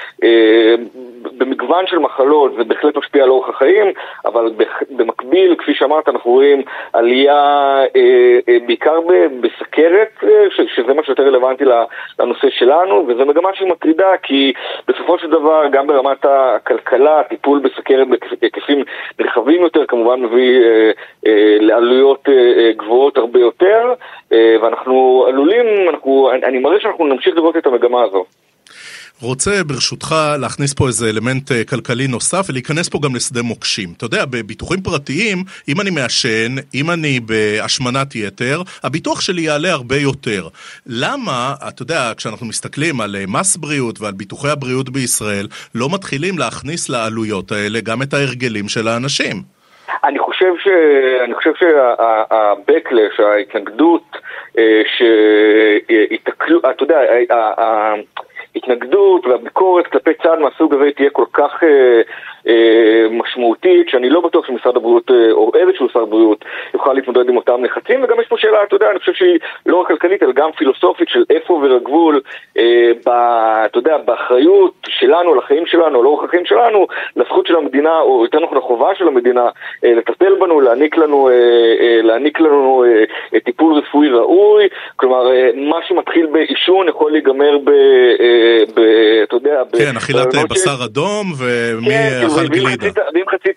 במגוון של מחלות, זה בהחלט משפיע על אורח החיים, אבל במקביל, כפי שאמרת, אנחנו רואים עלייה בעיקר בסכרת, שזה מה שיותר רלוונטי לנושא שלנו, וזה מגמה שהיא מטרידה, כי בסופו של דבר, גם ברמת הכלכלה, טיפול בסכרת בהיקפים רחבים יותר, כמובן מביא לעלויות גבוהות הרבה יותר, ואנחנו עלולים, אני מראה שאנחנו נמשיך לראות את המגמה הזו. רוצה ברשותך להכניס פה איזה אלמנט כלכלי נוסף ולהיכנס פה גם לשדה מוקשים. אתה יודע, בביטוחים פרטיים, אם אני מעשן, אם אני בהשמנת יתר, הביטוח שלי יעלה הרבה יותר. למה, אתה יודע, כשאנחנו מסתכלים על מס בריאות ועל ביטוחי הבריאות בישראל, לא מתחילים להכניס לעלויות האלה גם את ההרגלים של האנשים? אני חושב שהבקלש, ההתנגדות, אתה יודע, ההתנגדות והביקורת כלפי צעד מהסוג הזה תהיה כל כך משמעותית, שאני לא בטוח שמשרד הבריאות או איזשהו שר בריאות יוכל להתמודד עם אותם לחצים, וגם יש פה שאלה, אתה יודע, אני חושב שהיא לא רק כלכלית, אלא גם פילוסופית של איפה עובר הגבול, אתה יודע, באחריות שלנו, לחיים שלנו, לאורח החיים שלנו, לזכות של המדינה, או יותר נכון לחובה של המדינה, לטפל בנו, להעניק לנו טיפול רפואי ראוי. כלומר, מה שמתחיל באישון יכול להיגמר אתה יודע, כן, אכילת בשר אדום ומי אכל גלידה. ואם חצית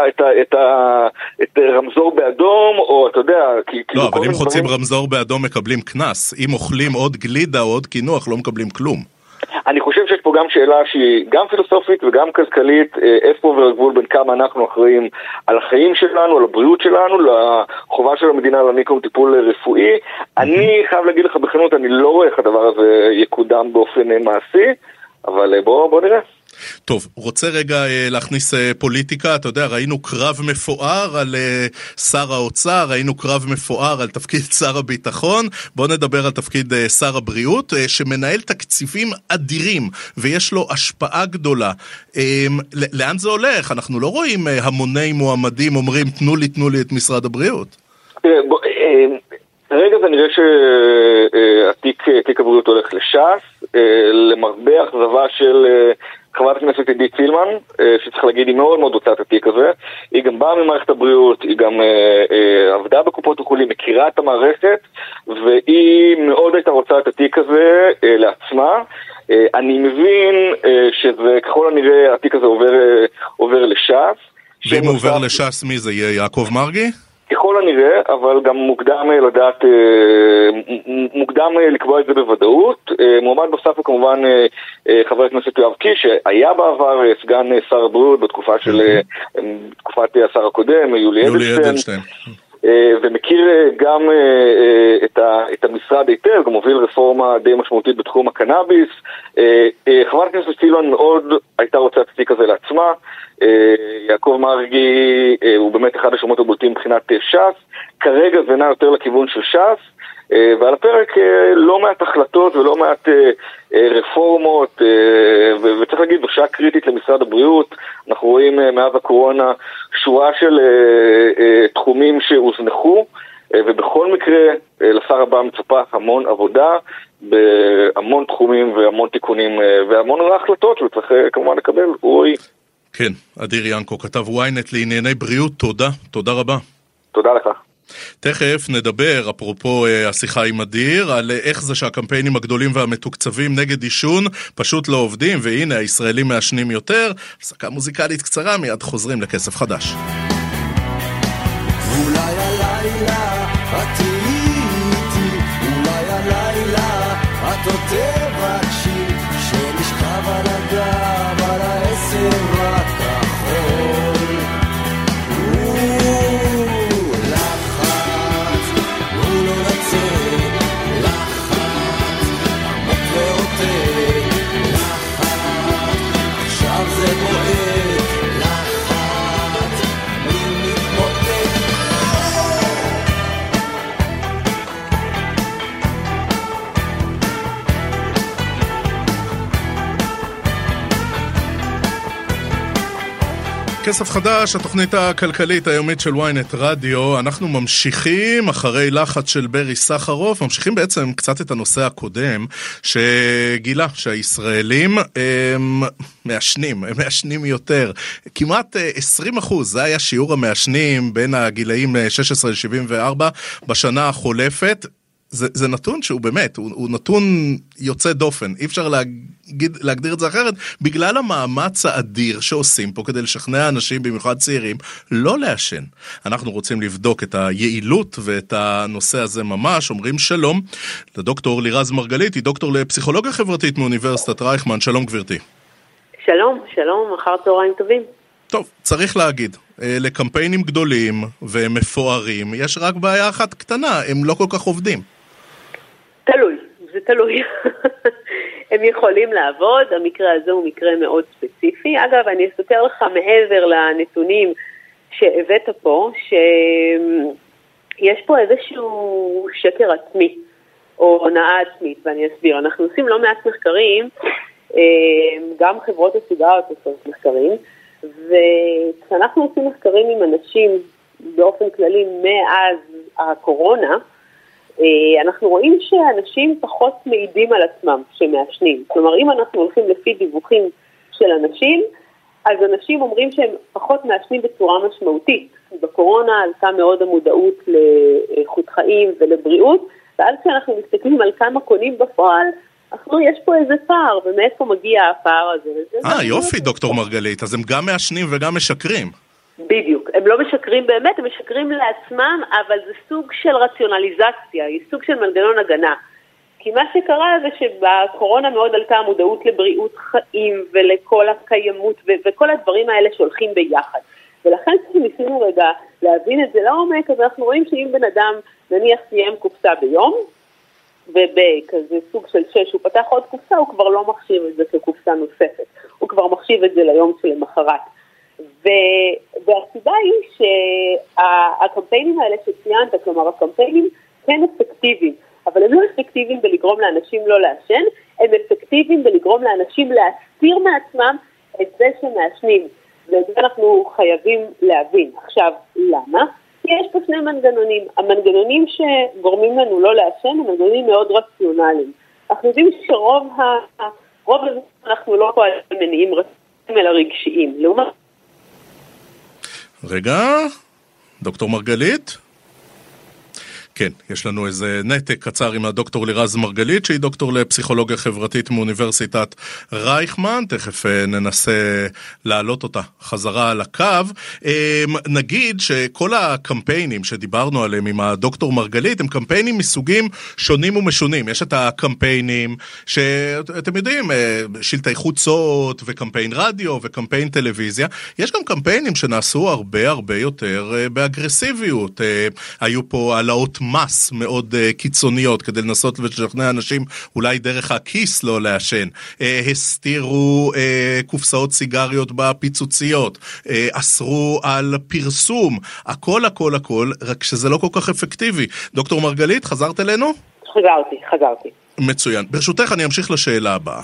את רמזור באדום, או אתה יודע... לא, אבל אם חוצים רמזור באדום מקבלים כנס. אם אוכלים עוד גלידה או עוד קינוח לא מקבלים כלום. אני חושב שיש פה גם שאלה שהיא גם פילוסופית וגם כלכלית, איפה עובר הגבול בין כמה אנחנו אחראים על החיים שלנו, על הבריאות שלנו, לחובה של המדינה להעניק לנו טיפול רפואי. אני חייב להגיד לך בכנות, אני לא רואה איך הדבר הזה יקודם באופן מעשי, אבל בוא נראה. טוב, רוצה רגע להכניס פוליטיקה, אתה יודע, ראינו קרב מפואר על שר האוצר, ראינו קרב מפואר על תפקיד שר הביטחון, בוא נדבר על תפקיד שר הבריאות, שמנהל תקציבים אדירים, ויש לו השפעה גדולה. לאן זה הולך? אנחנו לא רואים המוני מועמדים אומרים, תנו לי את משרד הבריאות. רגע זה נראה שהתיק הבריאות הולך לש"ס, למרבה אכזבה של חברת הכנסת עידית סילמן, שצריך להגיד היא מאוד מאוד רוצה את התיק הזה. היא גם באה ממערכת הבריאות, היא גם עבדה בקופות החולים, מכירה את המערכת, והיא מאוד הייתה רוצה את התיק הזה לעצמה. אני מבין שזה ככל הנראה התיק הזה עובר לש"ס. ואם הוא עובר לש"ס מי זה יהיה? יעקב מרגי? ככל הנראה, אבל גם מוקדם לקבוע את זה בוודאות. מועמד נוסף הוא כמובן חבר הכנסת יואב קיש, שהיה בעבר סגן שר הבריאות בתקופת השר הקודם, יולי אדלשטיין. ומכיר גם את המשרד היטב, גם מוביל רפורמה די משמעותית בתחום הקנאביס. חברת הכנסת סילמן מאוד הייתה רוצה את התיק הזה לעצמה. יעקב מרגי הוא באמת אחד השמות הבולטים מבחינת ש"ס, כרגע זה נע יותר לכיוון של ש"ס, ועל הפרק לא מעט החלטות ולא מעט רפורמות, וצריך להגיד בשעה קריטית למשרד הבריאות. אנחנו רואים מאז הקורונה שורה של תחומים שהוזנחו, ובכל מקרה לשר הבא מצפה המון עבודה בהמון תחומים והמון תיקונים והמון החלטות, וצריך כמובן לקבל. רועי. כן, אדיר ינקו, כתב ynet לענייני בריאות. תודה רבה. תודה לך. תכף נדבר, אפרופו השיחה עם אדיר, על איך זה שהקמפיינים הגדולים והמתוקצבים נגד עישון פשוט לא עובדים, והנה הישראלים מעשנים יותר. הפסקה מוזיקלית קצרה, מיד חוזרים לכסף חדש. אולי הלילה את תהיי, אולי הלילה את עוד תבקשי, שנשכב על הגב על העשר רק כחול. כסף חדש, התוכנית הכלכלית היומית של ynet רדיו. אנחנו ממשיכים אחרי לחץ של ברי סחרוף, ממשיכים בעצם קצת את הנושא הקודם שגילה שהישראלים מעשנים יותר, כמעט 20%, זה היה שיעור המעשנים בין הגילאים 16 ל-74 בשנה החולפת. זה נתון שהוא באמת, הוא נתון יוצא דופן, אי אפשר להגדיר את זה אחרת, בגלל המאמץ האדיר שעושים פה כדי לשכנע אנשים, במיוחד צעירים, לא לעשן. אנחנו רוצים לבדוק את היעילות ואת הנושא הזה ממש. אומרים שלום לדוקטור לירז מרגלית, היא דוקטור לפסיכולוגיה חברתית מאוניברסיטת רייכמן. שלום גברתי. שלום, אחר צהריים טובים. טוב, צריך להגיד, לקמפיינים גדולים ומפוארים, יש רק בעיה אחת קטנה, הם לא כל כך עובדים. זה תלוי. הם יכולים לעבוד, המקרה הזה הוא מקרה מאוד ספציפי. אגב, אני אספר לך מעבר לנתונים שהבאת פה, שיש פה איזשהו שקר עצמי, או הונאה עצמית, ואני אסביר. אנחנו עושים לא מעט מחקרים, גם חברות הסיגריות עושות מחקרים, וכשאנחנו עושים מחקרים עם אנשים באופן כללי מאז הקורונה, אנחנו רואים שאנשים פחות מעידים על עצמם שמעשנים. כלומר, אם אנחנו הולכים לפי דיווחים של אנשים, אז אנשים אומרים שהם פחות מעשנים בצורה משמעותית. בקורונה עלתה מאוד המודעות לאיכות חיים ולבריאות, ואז כשאנחנו מסתכלים על כמה קונים בפועל, יש פה איזה פער, ומאיפה מגיע הפער הזה? יופי, דוקטור מרגלית, אז הם גם מעשנים וגם משקרים. בדיוק, הם לא משקרים באמת, הם משקרים לעצמם, אבל זה סוג של רציונליזציה, היא סוג של מנגנון הגנה. כי מה שקרה זה שבקורונה מאוד עלתה המודעות לבריאות חיים ולכל הקיימות וכל הדברים האלה שהולכים ביחד. ולכן כשניסינו רגע להבין את זה לעומק, אז אנחנו רואים שאם בן אדם נניח סיים קופסה ביום, ובכזה סוג של 6 הוא פתח עוד קופסה, הוא כבר לא מחשיב את זה כקופסה נוספת, הוא כבר מחשיב את זה ליום שלמחרת. והסיבה היא שהקמפיינים האלה שציינת, כלומר הקמפיינים כן אפקטיביים, אבל הם לא אפקטיביים בלגרום לאנשים לא לעשן, הם אפקטיביים בלגרום לאנשים להסתיר מעצמם את זה שמעשנים, ואת זה אנחנו חייבים להבין. עכשיו, למה? כי יש פה שני מנגנונים. המנגנונים שגורמים לנו לא לעשן הם מנגנונים מאוד רציונליים. אנחנו יודעים שרוב הזה אנחנו לא פועלים מניעים רציונליים אלא רגשיים. לעומת רגע, דוקטור מרגלית? כן, יש לנו איזה נתק קצר עם הדוקטור לירז מרגלית, שהיא דוקטור לפסיכולוגיה חברתית מאוניברסיטת רייכמן, תכף ננסה להעלות אותה חזרה על הקו. נגיד שכל הקמפיינים שדיברנו עליהם עם הדוקטור מרגלית, הם קמפיינים מסוגים שונים ומשונים. יש את הקמפיינים שאתם יודעים, שלטי חוצות וקמפיין רדיו וקמפיין טלוויזיה. יש גם קמפיינים שנעשו הרבה יותר באגרסיביות. היו פה העלאות מס מאוד קיצוניות כדי לנסות ולשכנע אנשים אולי דרך הכיס לא לעשן. הסתירו קופסאות סיגריות בפיצוציות. אסרו על פרסום. הכל, רק שזה לא כל כך אפקטיבי. דוקטור מרגלית, חזרת אלינו? חזרתי. מצוין. ברשותך אני אמשיך לשאלה הבאה.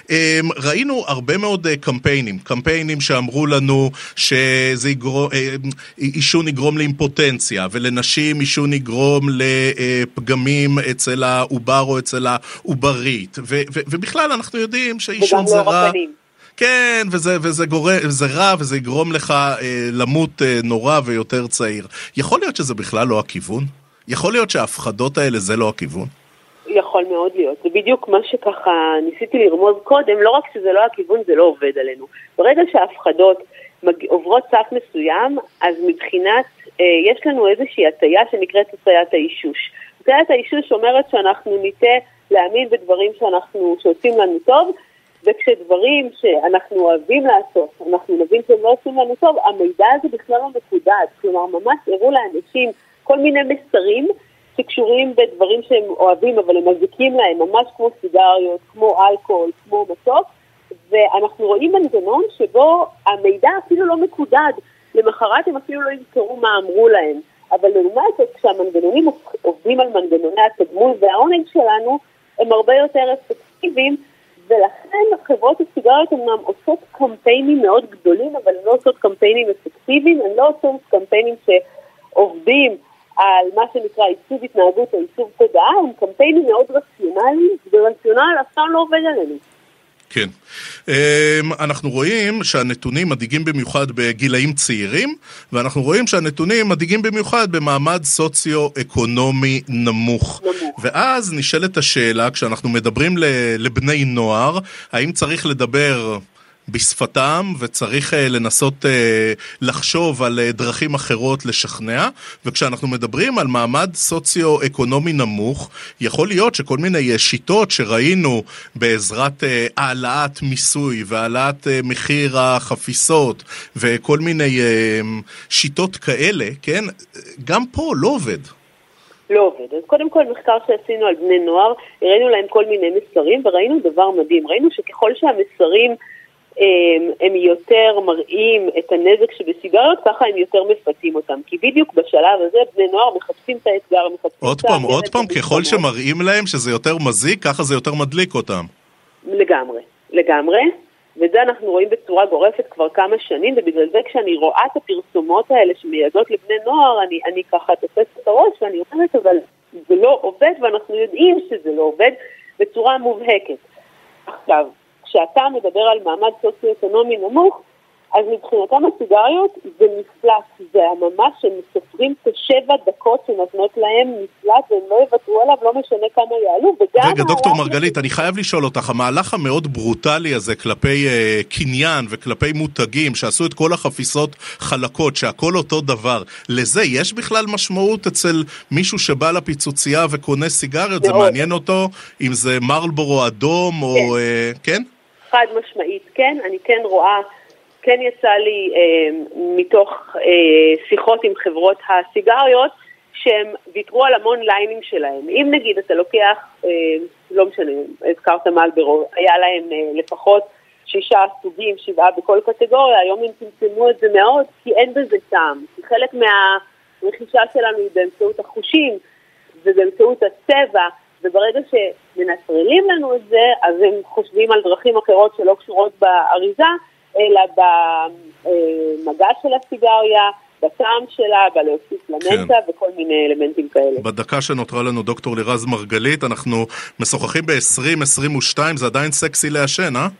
ראינו הרבה מאוד קמפיינים שאמרו לנו שזה עישון יגרום לאימפוטנציה, ולנשים עישון יגרום לפגמים אצל העובר או אצל העוברית, ובכלל אנחנו יודעים שעישון זה רע. כן, וזה רע, וזה יגרום לך למות נורא ויותר צעיר. יכול להיות שזה בכלל לא הכיוון? יכול להיות שההפחדות האלה זה לא הכיוון? יכול מאוד להיות. זה בדיוק מה שככה ניסיתי לרמוז קודם, לא רק שזה לא הכיוון, זה לא עובד עלינו. ברגע שההפחדות עוברות סף מסוים, אז מבחינת, יש לנו איזושהי הטיה שנקראת הטיית האישוש. הטיית האישוש אומרת שאנחנו ניתה להאמין בדברים שעושים לנו טוב, וכשדברים שאנחנו אוהבים לעשות, אנחנו נבין שהם לא עושים לנו טוב, המידע הזה בכלל לא מקודד. כלומר, ממש הראו לאנשים כל מיני מסרים שקשורים בדברים שהם אוהבים, אבל הם מזיקים להם, ממש כמו סיגריות, כמו אלכוהול, כמו מתוק, ואנחנו רואים מנגנון שבו המידע אפילו לא מקודד, למחרת הם אפילו לא יזכרו מה אמרו להם, אבל לעומת זאת, כשהמנגנונים עובדים על מנגנוני התגמול והעונג שלנו, הם הרבה יותר אפקטיביים, ולכן חברות הסיגריות אמנם עושות קמפיינים מאוד גדולים, אבל הן לא עושות קמפיינים אפקטיביים, הן לא עושות קמפיינים שעובדים על מה שנקרא עיצוב התנהגות או עיצוב תודעה, הם קמפיינים מאוד רציונליים, ורציונל אף פעם לא עובד עלינו. כן. אנחנו רואים שהנתונים מדאיגים במיוחד בגילאים צעירים, ואנחנו רואים שהנתונים מדאיגים במיוחד במעמד סוציו-אקונומי נמוך. ואז נשאלת השאלה, כשאנחנו מדברים לבני נוער, האם צריך לדבר בשפתם, וצריך לנסות לחשוב על דרכים אחרות לשכנע, וכשאנחנו מדברים על מעמד סוציו-אקונומי נמוך, יכול להיות שכל מיני שיטות שראינו בעזרת העלאת מיסוי והעלאת מחיר החפיסות וכל מיני שיטות כאלה, כן? גם פה לא עובד. לא עובד. אז קודם כל מחקר שעשינו על בני נוער, הראינו להם כל מיני מסרים, וראינו דבר מדהים. ראינו שככל שהמסרים הם יותר מראים את הנזק שבסיגריות, ככה הם יותר מפתים אותם. כי בדיוק בשלב הזה בני נוער מחפשים את האתגר, עוד פעם, ככל שמראים להם שזה יותר מזיק, ככה זה יותר מדליק אותם. לגמרי. וזה אנחנו רואים בצורה גורפת כבר כמה שנים, ובגלל זה כשאני רואה את הפרסומות האלה שמייעדות לבני נוער, אני ככה תופסת את הראש, ואני אומרת, אבל זה לא עובד, ואנחנו יודעים שזה לא עובד בצורה מובהקת. עכשיו, כשאתה מדבר על מעמד סוציו-אקונומי נמוך, אז מבחינתם הסיגריות זה מפלט, זה ממש שהם מספרים את 7 דקות שנתנות להם מפלט, והם לא יוותרו עליו, לא משנה כמה יעלו. רגע, דוקטור מרגלית, אני חייב לשאול אותך, המהלך המאוד ברוטלי הזה כלפי קניין וכלפי מותגים, שעשו את כל החפיסות חלקות, שהכל אותו דבר, לזה יש בכלל משמעות אצל מישהו שבא לפיצוצייה וקונה סיגריות? זה מעניין אותו אם זה מרלבורו אדום או... כן? חד משמעית, כן, אני כן רואה, כן יצא לי מתוך שיחות עם חברות הסיגריות, שהם ויתרו על המון ליינים שלהם. אם נגיד אתה לוקח, לא משנה, הזכרת מרלבורו, היה להם לפחות 6 סוגים, 7 בכל קטגוריה, היום הם צמצמו את זה מאוד, כי אין בזה טעם. כי חלק מהרכישה שלנו היא באמצעות החושים, ובאמצעות הצבע, וברגע שמנטרלים לנו את זה, אז הם חושבים על דרכים אחרות שלא קשורות באריזה, אלא במגע של הסיגריה, בטעם שלה, בלהוסיף לנצע וכל מיני אלמנטים כאלה. בדקה שנותרה לנו דוקטור לירז מרגלית, אנחנו משוחחים ב-2022, זה עדיין סקסי לעשן, אה?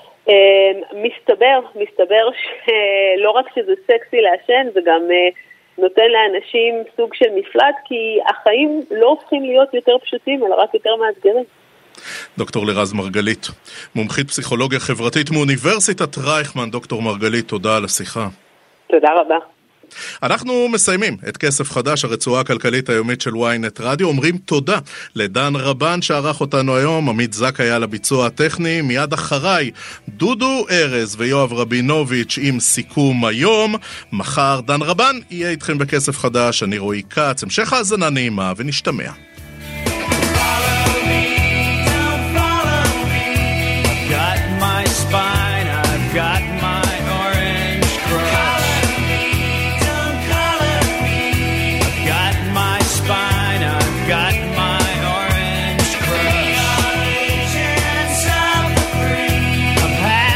מסתבר שלא רק שזה סקסי לעשן, זה גם נותן לאנשים סוג של מפלט, כי החיים לא הופכים להיות יותר פשוטים, אלא רק יותר מאתגרים. דוקטור לירז מרגלית, מומחית פסיכולוגיה חברתית מאוניברסיטת רייכמן. דוקטור מרגלית, תודה על השיחה. תודה רבה. אנחנו מסיימים את כסף חדש, הרצועה הכלכלית היומית של ynet רדיו. אומרים תודה לדן רבן שערך אותנו היום, עמית זק היה לביצוע הטכני, מיד אחריי דודו ארז ויואב רבינוביץ' עם סיכום היום. מחר דן רבן יהיה איתכם בכסף חדש, אני רועי קץ, המשך האזנה נעימה ונשתמע.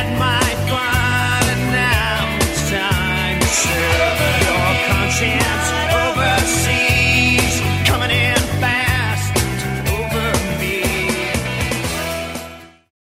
Chance